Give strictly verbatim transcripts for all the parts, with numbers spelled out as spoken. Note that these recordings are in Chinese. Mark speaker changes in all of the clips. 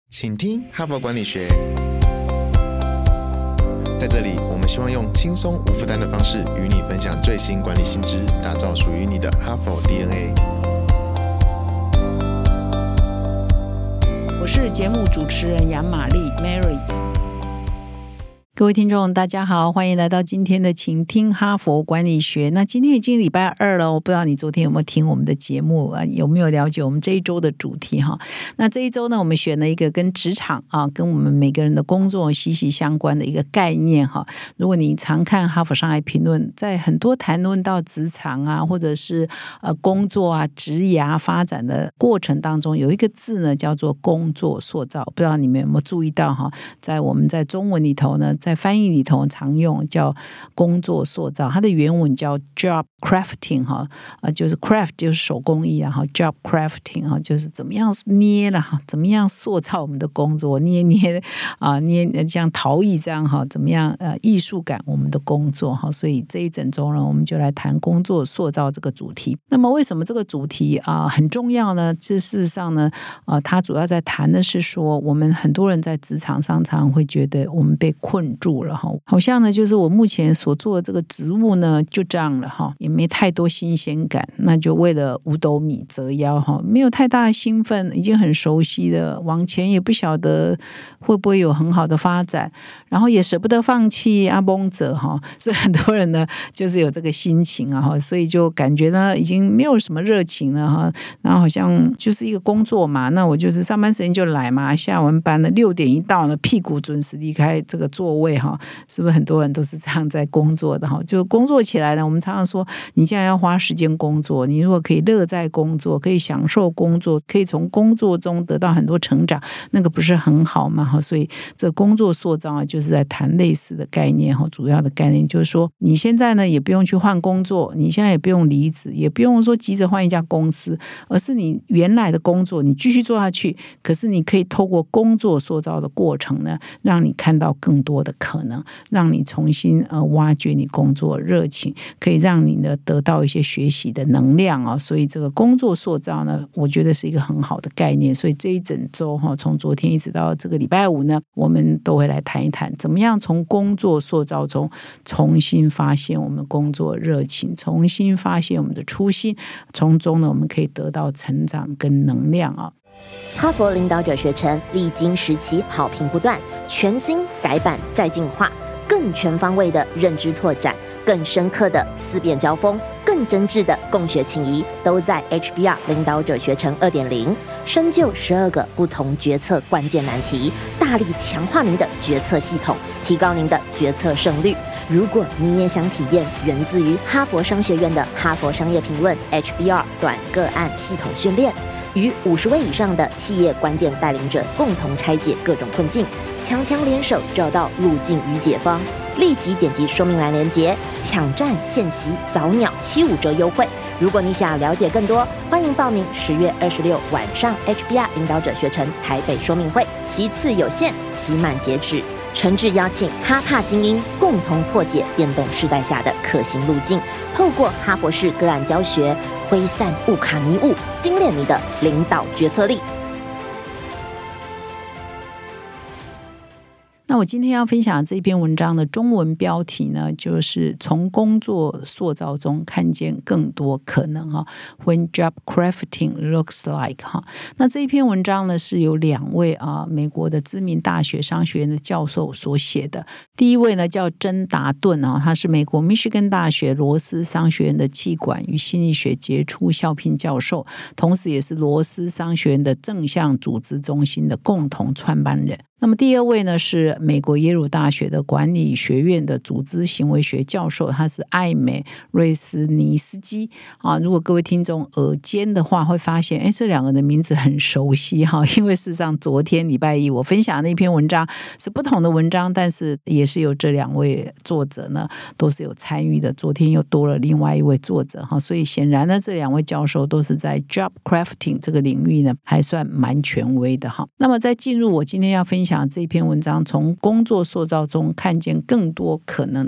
Speaker 1: 请听哈佛管理学。在这里，我们希望用轻松无负担的方式与你分享最新管理新知，打造属于你的哈佛 D N A。
Speaker 2: 我是节目主持人杨玛丽 Mary。各位听众大家好，欢迎来到今天的请听哈佛管理学。那今天已经礼拜二了，我不知道你昨天有没有听我们的节目，有没有了解我们这一周的主题哈？那这一周呢，我们选了一个跟职场啊，跟我们每个人的工作息息相关的一个概念哈。如果你常看哈佛商业评论，在很多谈论到职场啊，或者是呃工作啊、职涯发展的过程当中，有一个字呢叫做工作塑造，不知道你们有没有注意到哈？在我们在中文里头呢，在翻译里头常用叫工作塑造，它的原文叫 job crafting 哈，呃，就是 craft 就是手工艺啊，哈 job crafting 哈，就是怎么样捏了哈，怎么样塑造我们的工作，捏捏啊捏像陶艺这样哈，怎么样呃艺术感我们的工作哈，所以这一整周呢，我们就来谈工作塑造这个主题。那么为什么这个主题啊、呃、很重要呢？这事实上呢，呃，它主要在谈的是说，我们很多人在职场上常常会觉得我们被困住了哈，好像呢就是我目前所做的这个职务呢就这样了哈，也没太多新鲜感，那就为了五斗米折腰哈，没有太大的兴奋，已经很熟悉的，往前也不晓得会不会有很好的发展，然后也舍不得放弃阿崩者哈，所以很多人呢就是有这个心情啊，所以就感觉呢已经没有什么热情了哈，然后好像就是一个工作嘛，那我就是上班时间就来嘛，下完班了六点一到呢，屁股准时离开这个座位哈，是不是很多人都是这样在工作的哈？就工作起来呢，我们常常说，你既然要花时间工作，你如果可以乐在工作，可以享受工作，可以从工作中得到很多成长，那个不是很好吗？哈，所以这工作塑造啊，就是在谈类似的概念哈。主要的概念就是说，你现在呢也不用去换工作，你现在也不用离职，也不用说急着换一家公司，而是你原来的工作你继续做下去，可是你可以透过工作塑造的过程呢，让你看到更多的可能，让你重新呃挖掘你工作热情，可以让你呢得到一些学习的能量啊，所以这个工作塑造呢，我觉得是一个很好的概念。所以这一整周哈，从昨天一直到这个礼拜五呢，我们都会来谈一谈，怎么样从工作塑造中重新发现我们工作热情，重新发现我们的初心，从中呢我们可以得到成长跟能量啊。
Speaker 3: 哈佛领导者学程历经时期好评不断，全新改版再进化，更全方位的认知拓展，更深刻的思辨交锋，更真挚的共学情谊，都在 H B R 领导者学程 二点零， 深究十二个不同决策关键难题，大力强化您的决策系统，提高您的决策胜率。如果你也想体验源自于哈佛商学院的哈佛商业评论 H B R 短个案系统训练，与五十位以上的企业关键带领者共同拆解各种困境，强强联手找到路径与解方。立即点击说明栏连结，抢占现席早鸟七五折优惠。如果你想了解更多，欢迎报名十月二十六晚上 H B R 领导者学程台北说明会，席次有限，期满截止。诚挚邀请哈帕精英共同破解变动世代下的可行路径，透过哈佛式个案教学，挥散乌卡迷雾，精炼你的领导决策力。
Speaker 2: 那我今天要分享这篇文章的中文标题呢，就是从工作塑造中看见更多可能哈。When job crafting looks like 哈。那这一篇文章呢，是由两位啊美国的知名大学商学院的教授所写的。第一位呢叫珍达顿啊，他是美国密歇根大学罗斯商学院的企管与心理学杰出校聘教授，同时也是罗斯商学院的正向组织中心的共同创办人。那么第二位呢是美国耶鲁大学的管理学院的组织行为学教授，他是艾美瑞斯尼斯基啊。如果各位听众耳尖的话，会发现哎，这两个人的名字很熟悉哈，因为事实上昨天礼拜一我分享的那篇文章是不同的文章，但是也是有这两位作者呢都是有参与的。昨天又多了另外一位作者哈，所以显然呢这两位教授都是在 job crafting 这个领域呢还算蛮权威的哈。那么在进入我今天要分享这篇文章，从工作塑造中看见更多可能呢，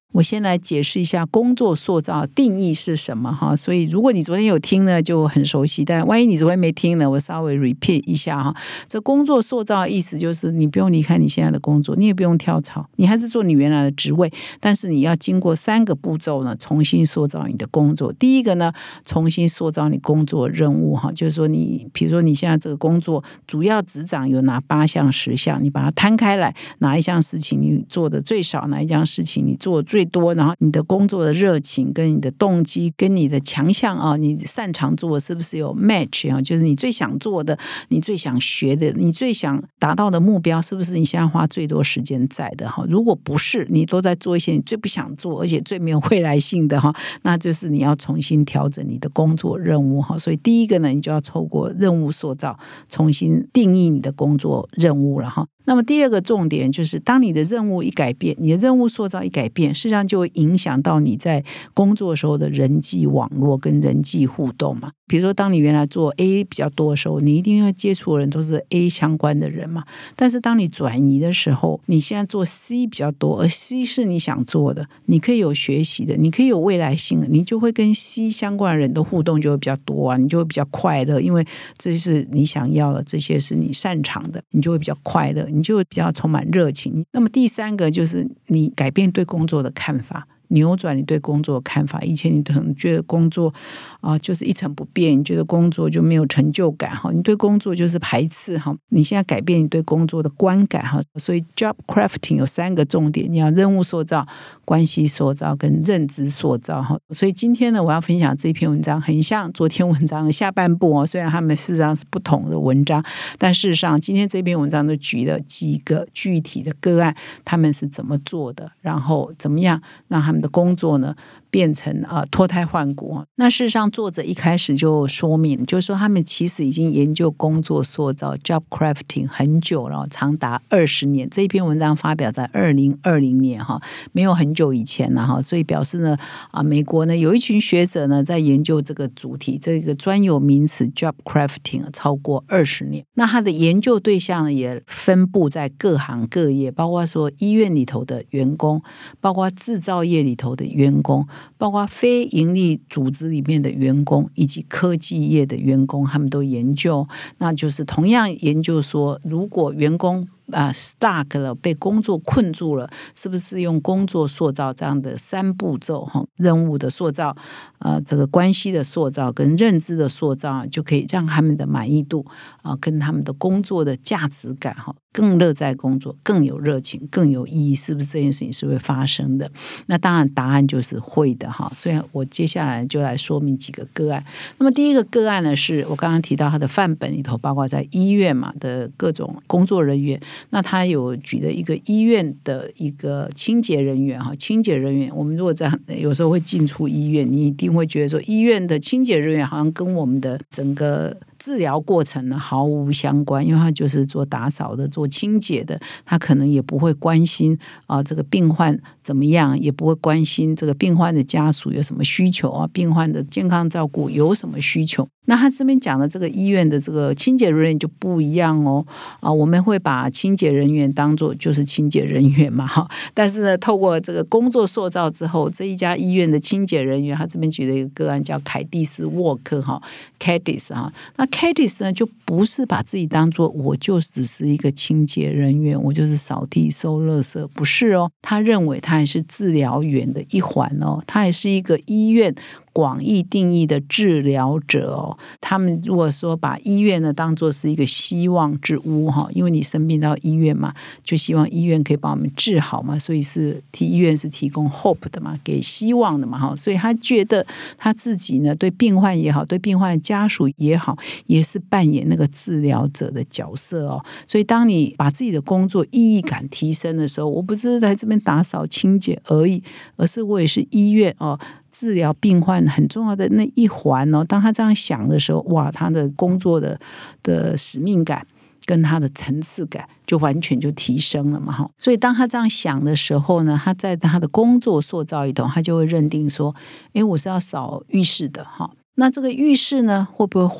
Speaker 2: 我先来解释一下工作塑造定义是什么哈，所以如果你昨天有听呢就很熟悉，但万一你昨天没听呢，我稍微 repeat 一下哈。这工作塑造的意思就是你不用离开你现在的工作，你也不用跳槽，你还是做你原来的职位，但是你要经过三个步骤呢，重新塑造你的工作。第一个呢，重新塑造你工作任务哈，就是说你比如说你现在这个工作主要职掌有哪八项十项，你把它摊开来，哪一项事情你做的最少，哪一项事情你做的最多，然后你的工作的热情跟你的动机跟你的强项啊，你擅长做的是不是有 match 啊？就是你最想做的，你最想学的，你最想达到的目标，是不是你现在花最多时间在的哈？如果不是，你都在做一些你最不想做而且最没有未来性的哈，那就是你要重新调整你的工作任务哈。所以第一个呢，你就要透过任务塑造，重新定义你的工作任务了哈。那么第二个重点就是，当你的任务一改变，你的任务塑造一改变，事实上就会影响到你在工作时候的人际网络跟人际互动嘛。比如说当你原来做 A 比较多的时候，你一定会接触的人都是 A 相关的人嘛。但是当你转移的时候，你现在做 C 比较多，而 C 是你想做的，你可以有学习的，你可以有未来性的，你就会跟 C 相关的人的互动就会比较多啊，你就会比较快乐，因为这是你想要的，这些是你擅长的，你就会比较快乐，你就会比较充满热情。那么第三个就是你改变对工作的看法，扭转你对工作的看法。以前你可能觉得工作啊、呃、就是一成不变，你觉得工作就没有成就感哈，你对工作就是排斥哈。你现在改变你对工作的观感哈。所以 job crafting 有三个重点，你要任务塑造、关系塑造跟认知塑造哈。所以今天呢，我要分享这篇文章很像昨天文章的下半部哦，虽然他们事实上是不同的文章，但事实上今天这篇文章都举了几个具体的个案，他们是怎么做的，然后怎么样让他们的工作呢变成啊、呃、脱胎换骨。那事实上作者一开始就说明，就是说他们其实已经研究工作塑造 job crafting 很久了，长达二十年。这篇文章发表在二零二零年哈，没有很久以前了哈，所以表示呢啊，美国呢有一群学者呢在研究这个主题，这个专有名词 job crafting 超过二十年。那他的研究对象呢也分布在各行各业，包括说医院里头的员工，包括制造业里头的员工，包括非营利组织里面的员工，以及科技业的员工，他们都研究。那就是同样研究说，如果员工啊 stuck 了，被工作困住了，是不是用工作塑造这样的三步骤哈，任务的塑造、呃，这个关系的塑造跟认知的塑造，就可以让他们的满意度啊、呃，跟他们的工作的价值感哈，更乐在工作，更有热情，更有意义，是不是这件事情是会发生的？那当然答案就是会的哈。所以我接下来就来说明几个个案。那么第一个个案呢，是我刚刚提到他的范本里头，包括在医院嘛的各种工作人员。那他有举的一个医院的一个清洁人员哈，清洁人员，我们如果在有时候会进出医院，你一定会觉得说，医院的清洁人员好像跟我们的整个治疗过程呢毫无相关，因为他就是做打扫的、做清洁的，他可能也不会关心啊、呃、这个病患怎么样，也不会关心这个病患的家属有什么需求啊，病患的健康照顾有什么需求。那他这边讲的这个医院的这个清洁人员就不一样哦啊，我们会把清洁人员当作就是清洁人员嘛哈，但是呢，透过这个工作塑造之后，这一家医院的清洁人员，他这边举了一个个案叫凯蒂斯沃克哈 ，Cadis 哈，那 Cadis 呢就不是把自己当作我就只是一个清洁人员，我就是扫地收垃圾，不是哦，他认为他也是治疗员的一环哦，他也是一个医院广义定义的治疗者哦。他们如果说把医院呢当作是一个希望之屋哈，因为你生病到医院嘛，就希望医院可以把我们治好嘛，所以是提医院是提供 hope 的嘛，给希望的嘛哈，所以他觉得他自己呢对病患也好，对病患的家属也好，也是扮演那个治疗者的角色哦。所以当你把自己的工作意义感提升的时候，我不是在这边打扫清洁而已，而是我也是医院哦治疗病患很重要的那一环哦。当他这样想的时候，哇，他的工作的的使命感跟他的层次感就完全就提升了嘛哈。所以当他这样想的时候呢，他在他的工作塑造里头，他就会认定说，诶，我是要扫浴室的哈。那这个浴室呢会不会滑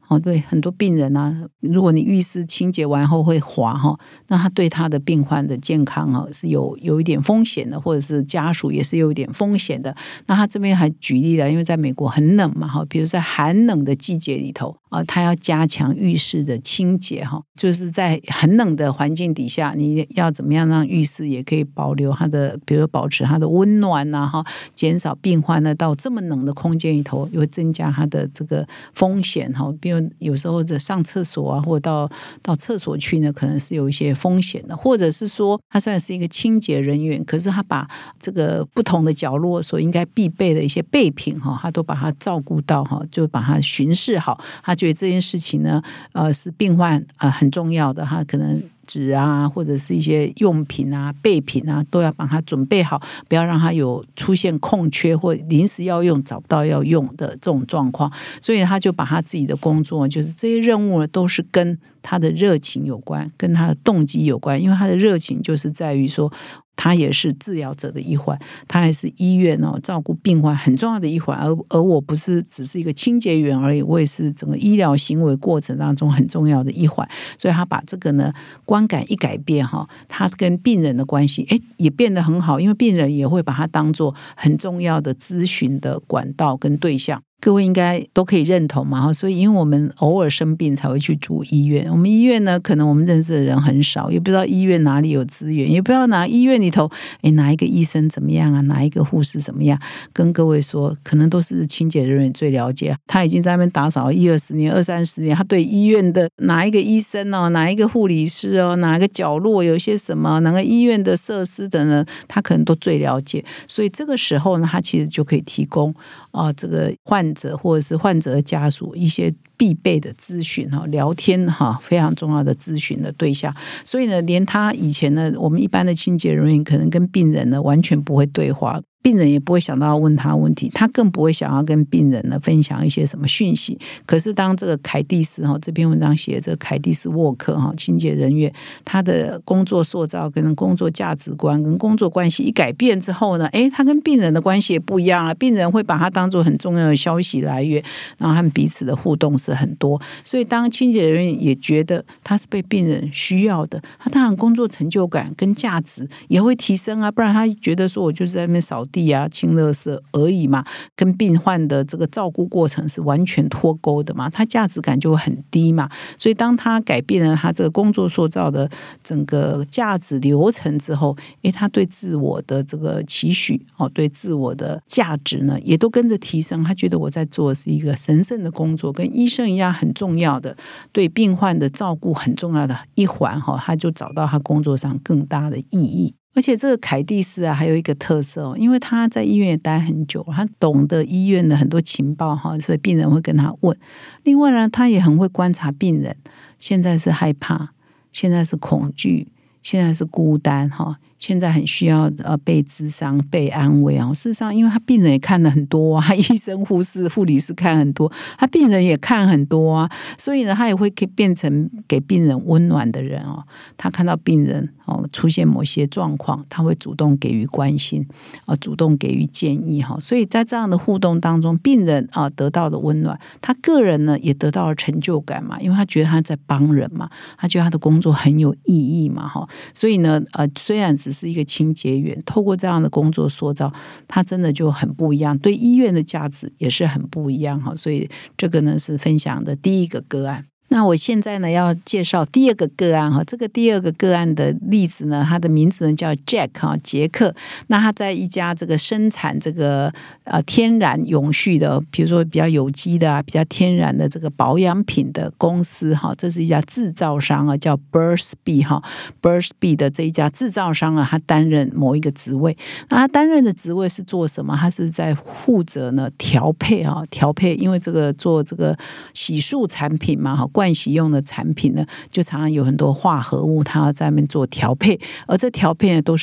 Speaker 2: 哦，对，很多病人啊，如果你浴室清洁完后会滑哈，那他对他的病患的健康啊是有有一点风险的，或者是家属也是有一点风险的。那他这边还举例了，因为在美国很冷嘛哈，比如在寒冷的季节里头啊，他要加强浴室的清洁哈，就是在很冷的环境底下，你要怎么样让浴室也可以保留它的，比如说保持它的温暖呐哈，减少病患呢到这么冷的空间里头，也会增加它的这个风险哈，比如有时候在上厕所啊，或者到到厕所去呢，可能是有一些风险的，或者是说他虽然是一个清洁人员，可是他把这个不同的角落所应该必备的一些备品哈，他都把它照顾到哈，就把它巡视好，他觉得这件事情呢，呃，是病患啊、呃、很重要的，他可能纸啊，或者是一些用品啊、备品啊，都要帮他准备好，不要让他有出现空缺或临时要用找不到要用的这种状况。所以他就把他自己的工作，就是这些任务呢，都是跟他的热情有关，跟他的动机有关。因为他的热情就是在于说，他也是治疗者的一环，他还是医院哦照顾病患很重要的一环，而而我不是只是一个清洁员而已，我也是整个医疗行为过程当中很重要的一环。所以他把这个呢观感一改变哈，他跟病人的关系哎也变得很好，因为病人也会把他当作很重要的咨询的管道跟对象。各位应该都可以认同嘛，所以因为我们偶尔生病才会去住医院，我们医院呢可能我们认识的人很少，也不知道医院哪里有资源，也不知道哪医院里头诶哪一个医生怎么样啊，哪一个护士怎么样。跟各位说，可能都是清洁人员最了解，他已经在那边打扫一二十年二三十年，他对医院的哪一个医生哦，哪一个护理师哦，哪一个角落有些什么，哪个医院的设施的呢，他可能都最了解。所以这个时候呢，他其实就可以提供啊、呃、这个患者或者是患者的家属一些必备的咨询哈，聊天哈，非常重要的咨询的对象。所以呢，连他以前呢，我们一般的清洁人员可能跟病人呢完全不会对话，病人也不会想到要问他问题，他更不会想要跟病人呢分享一些什么讯息。可是当这个凯蒂斯哈这篇文章写的这个凯蒂斯沃克哈清洁人员，他的工作塑造跟工作价值观跟工作关系一改变之后呢，诶，他跟病人的关系也不一样了，病人会把他当作很重要的消息来源，然后他们彼此的互动是很多。所以当清洁人员也觉得他是被病人需要的，他当然工作成就感跟价值也会提升啊，不然他觉得说我就是在那边扫地啊清垃圾而已嘛，跟病患的这个照顾过程是完全脱钩的嘛，他价值感就会很低嘛。所以当他改变了他这个工作塑造的整个价值流程之后，诶，他对自我的这个期许哦，对自我的价值呢也都跟着提升，他觉得我在做的是一个神圣的工作，跟医生一样很重要的，对病患的照顾很重要的一环哈，他就找到他工作上更大的意义。而且这个凯蒂斯啊，还有一个特色哦，因为他在医院也待很久，他懂得医院的很多情报哈，所以病人会跟他问。另外呢，他也很会观察病人，现在是害怕，现在是恐惧，现在是孤单哈。现在很需要呃被咨商、被安慰啊。事实上，因为他病人也看了很多啊，医生、护士、护理师看很多，他病人也看很多啊，所以呢，他也会变成给病人温暖的人哦。他看到病人哦出现某些状况，他会主动给予关心啊，主动给予建议哈。所以在这样的互动当中，病人啊得到了温暖，他个人呢也得到了成就感嘛，因为他觉得他在帮人嘛，他觉得他的工作很有意义嘛哈。所以呢，呃，虽然只是一个清洁员，透过这样的工作塑造，他真的就很不一样，对医院的价值也是很不一样哈。所以这个呢是分享的第一个个案。那我现在呢要介绍第二个个案哈，这个第二个个案的例子呢，他的名字呢叫 Jack 哈杰克。那他在一家这个生产这个呃天然永续的，比如说比较有机的啊，比较天然的这个保养品的公司哈，这是一家制造商啊，叫 Burt's Bees 哈 Burt's Bees 的这一家制造商啊，他担任某一个职位。那他担任的职位是做什么？他是在负责呢调配啊，调配，因为这个做这个洗漱产品嘛哈。盥洗用的产品呢，就常常有很多化合物，它要在那边做调配，而这调配呢都是有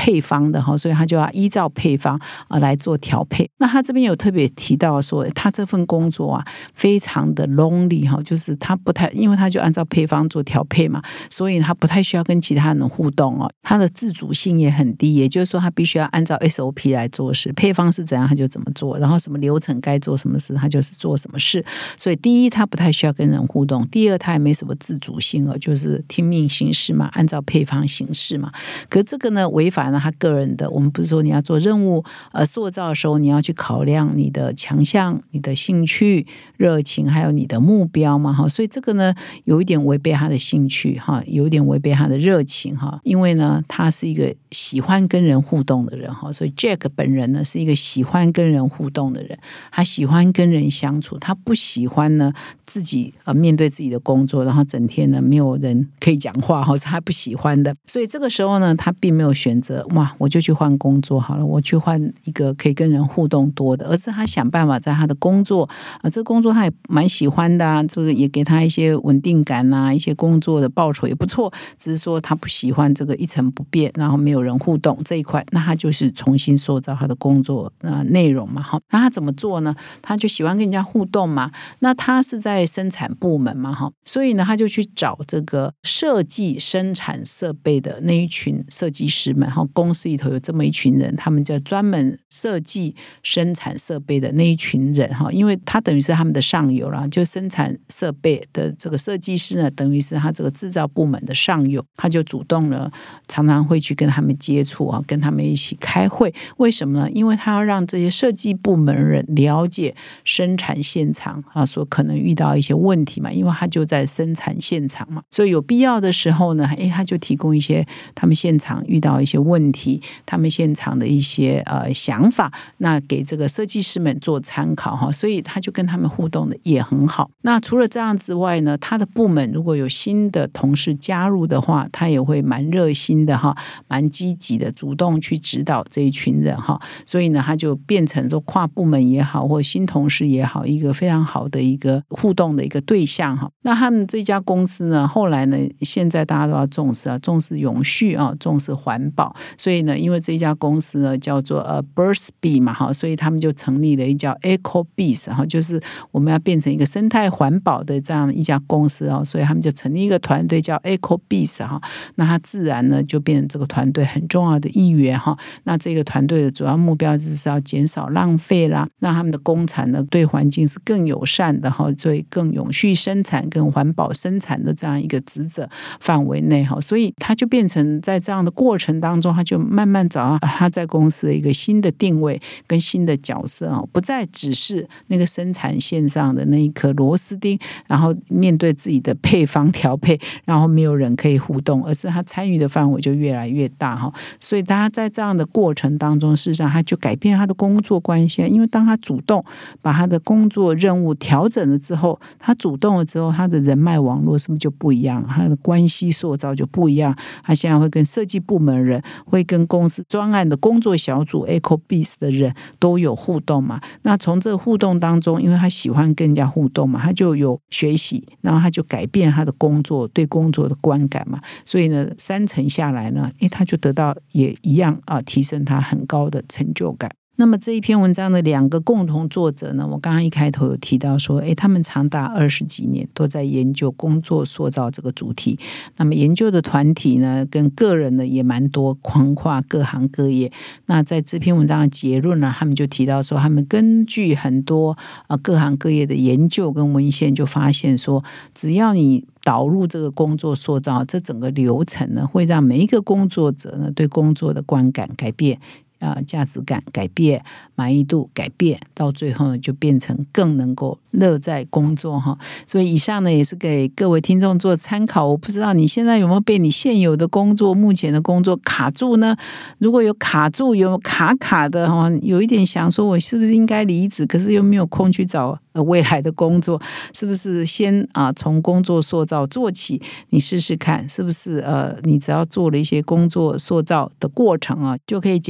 Speaker 2: 配方的哈，所以他就要依照配方啊来做调配。那他这边有特别提到说，他这份工作啊非常的 lonely 哈，就是他不太，因为他就按照配方做调配嘛，所以他不太需要跟其他人互动哦，他的自主性也很低，也就是说他必须要按照 S O P 来做事，配方是怎样他就怎么做，然后什么流程该做什么事他就是做什么事。所以第一他不太需要跟人互动，第二他也没什么自主性哦，就是听命行事嘛，按照配方行事嘛。可是这个呢违反了他个人的，我们不是说你要做任务呃塑造的时候你要去考量你的强项、你的兴趣、热情还有你的目标嘛哈，所以这个呢有一点违背他的兴趣哈，有一点违背他的热情哈，因为呢他是一个喜欢跟人互动的人哈，所以 Jack 本人呢是一个喜欢跟人互动的人，他喜欢跟人相处，他不喜欢呢自己呃面对自己的工作，然后整天呢没有人可以讲话哈，是他不喜欢的。所以这个时候呢，他并没有选择哇，我就去换工作好了，我去换一个可以跟人互动多的，而是他想办法在他的工作啊、呃，这个工作他也蛮喜欢的啊，这个也给他一些稳定感啊，一些工作的报酬也不错，只是说他不喜欢这个一成不变，然后没有人互动这一块，那他就是重新塑造他的工作呃内容嘛哈。那他怎么做呢？他就喜欢跟人家互动嘛。那他是在生产部门嘛哈，所以呢他就去找这个设计生产设备的那一群设计师们哈，公司里头有这么一群人，他们就专门设计生产设备的那一群人哈，因为他等于是他们的上游啦，就生产设备的这个设计师呢，等于是他这个制造部门的上游，他就主动了，常常会去跟他们接触啊，跟他们一起开会。为什么呢？因为他要让这些设计部门人了解生产现场啊所可能遇到一些问题嘛，因为他就在生产现场嘛，所以有必要的时候呢，诶，他就提供一些他们现场遇到一些问题，他们现场的一些呃想法，那给这个设计师们做参考哈，所以他就跟他们互动的也很好。那除了这样之外呢，他的部门如果有新的同事加入的话，他也会蛮热心的哈，蛮积极的，主动去指导这一群人哈，所以呢，他就变成说跨部门也好，或新同事也好，一个非常好的一个互动的一个对象哈。那他们这家公司呢，后来呢，现在大家都要重视啊，重视永续啊，重视环保，所以呢，因为这家公司呢叫做呃 Birdsby 嘛哈，所以他们就成立了一家 EcoBees 哈，就是我们要变成一个生态环保的这样一家公司啊，所以他们就成立一个团队叫 EcoBees 哈，那他自然呢就变成这个团队很重要的一员哈。那这个团队的主要目标就是要减少浪费啦，让他们的工厂呢对环境是更友善的哈，所以更永续生产、更环保生产的这样一个职责范围内哈，所以他就变成在这样的过程当中，他就慢慢找到他在公司的一个新的定位跟新的角色啊，不再只是那个生产线上的那一颗螺丝钉，然后面对自己的配方调配，然后没有人可以互动，而是他参与的范围就越来越大哈。所以他在这样的过程当中，事实上他就改变他的工作关系，因为当他主动把他的工作任务调整了之后，他主动了之后，他的人脉网络是不是就不一样？他的关系塑造就不一样。他现在会跟设计部门的人，会跟公司专案的工作小组 EcoBees 的人都有互动嘛。那从这个互动当中，因为他喜欢跟人家互动嘛，他就有学习，然后他就改变他的工作对工作的观感嘛。所以呢，三层下来呢，诶，他就得到也一样啊，提升他很高的成就感。那么这一篇文章的两个共同作者呢，我刚刚一开头有提到说，诶，他们长达二十几年都在研究工作塑造这个主题。那么研究的团体呢，跟个人呢也蛮多，横跨各行各业。那在这篇文章的结论呢，他们就提到说，他们根据很多呃各行各业的研究跟文献，就发现说，只要你导入这个工作塑造，这整个流程呢，会让每一个工作者呢对工作的观感改变。呃，价值感改变，满意度改变，到最后呢，就变成更能够乐在工作哈。所以以上呢，也是给各位听众做参考。我不知道你现在有没有被你现有的工作、目前的工作卡住呢？如果有卡住，有卡卡的哈，有一点想说，我是不是应该离职？可是又没有空去找呃未来的工作，是不是先啊从工作塑造做起？你试试看，是不是呃，你只要做了一些工作塑造的过程啊，就可以解决你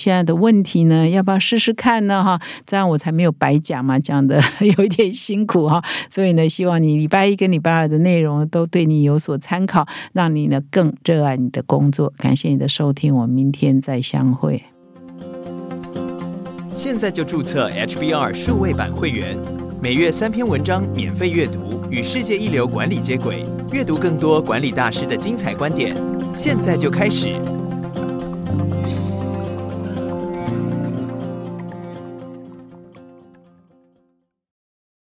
Speaker 2: 现在的问题呢？要不要试试看呢？哈，这样我才没有白讲嘛，讲的有一点辛苦哈。所以呢，希望你礼拜一跟礼拜二的内容都对你有所参考，让你呢更热爱你的工作。感谢你的收听，我们明天再相会。
Speaker 4: 现在就注册 H B R 数位版会员，每月三篇文章免费阅读，与世界一流管理接轨，阅读更多管理大师的精彩观点。现在就开始。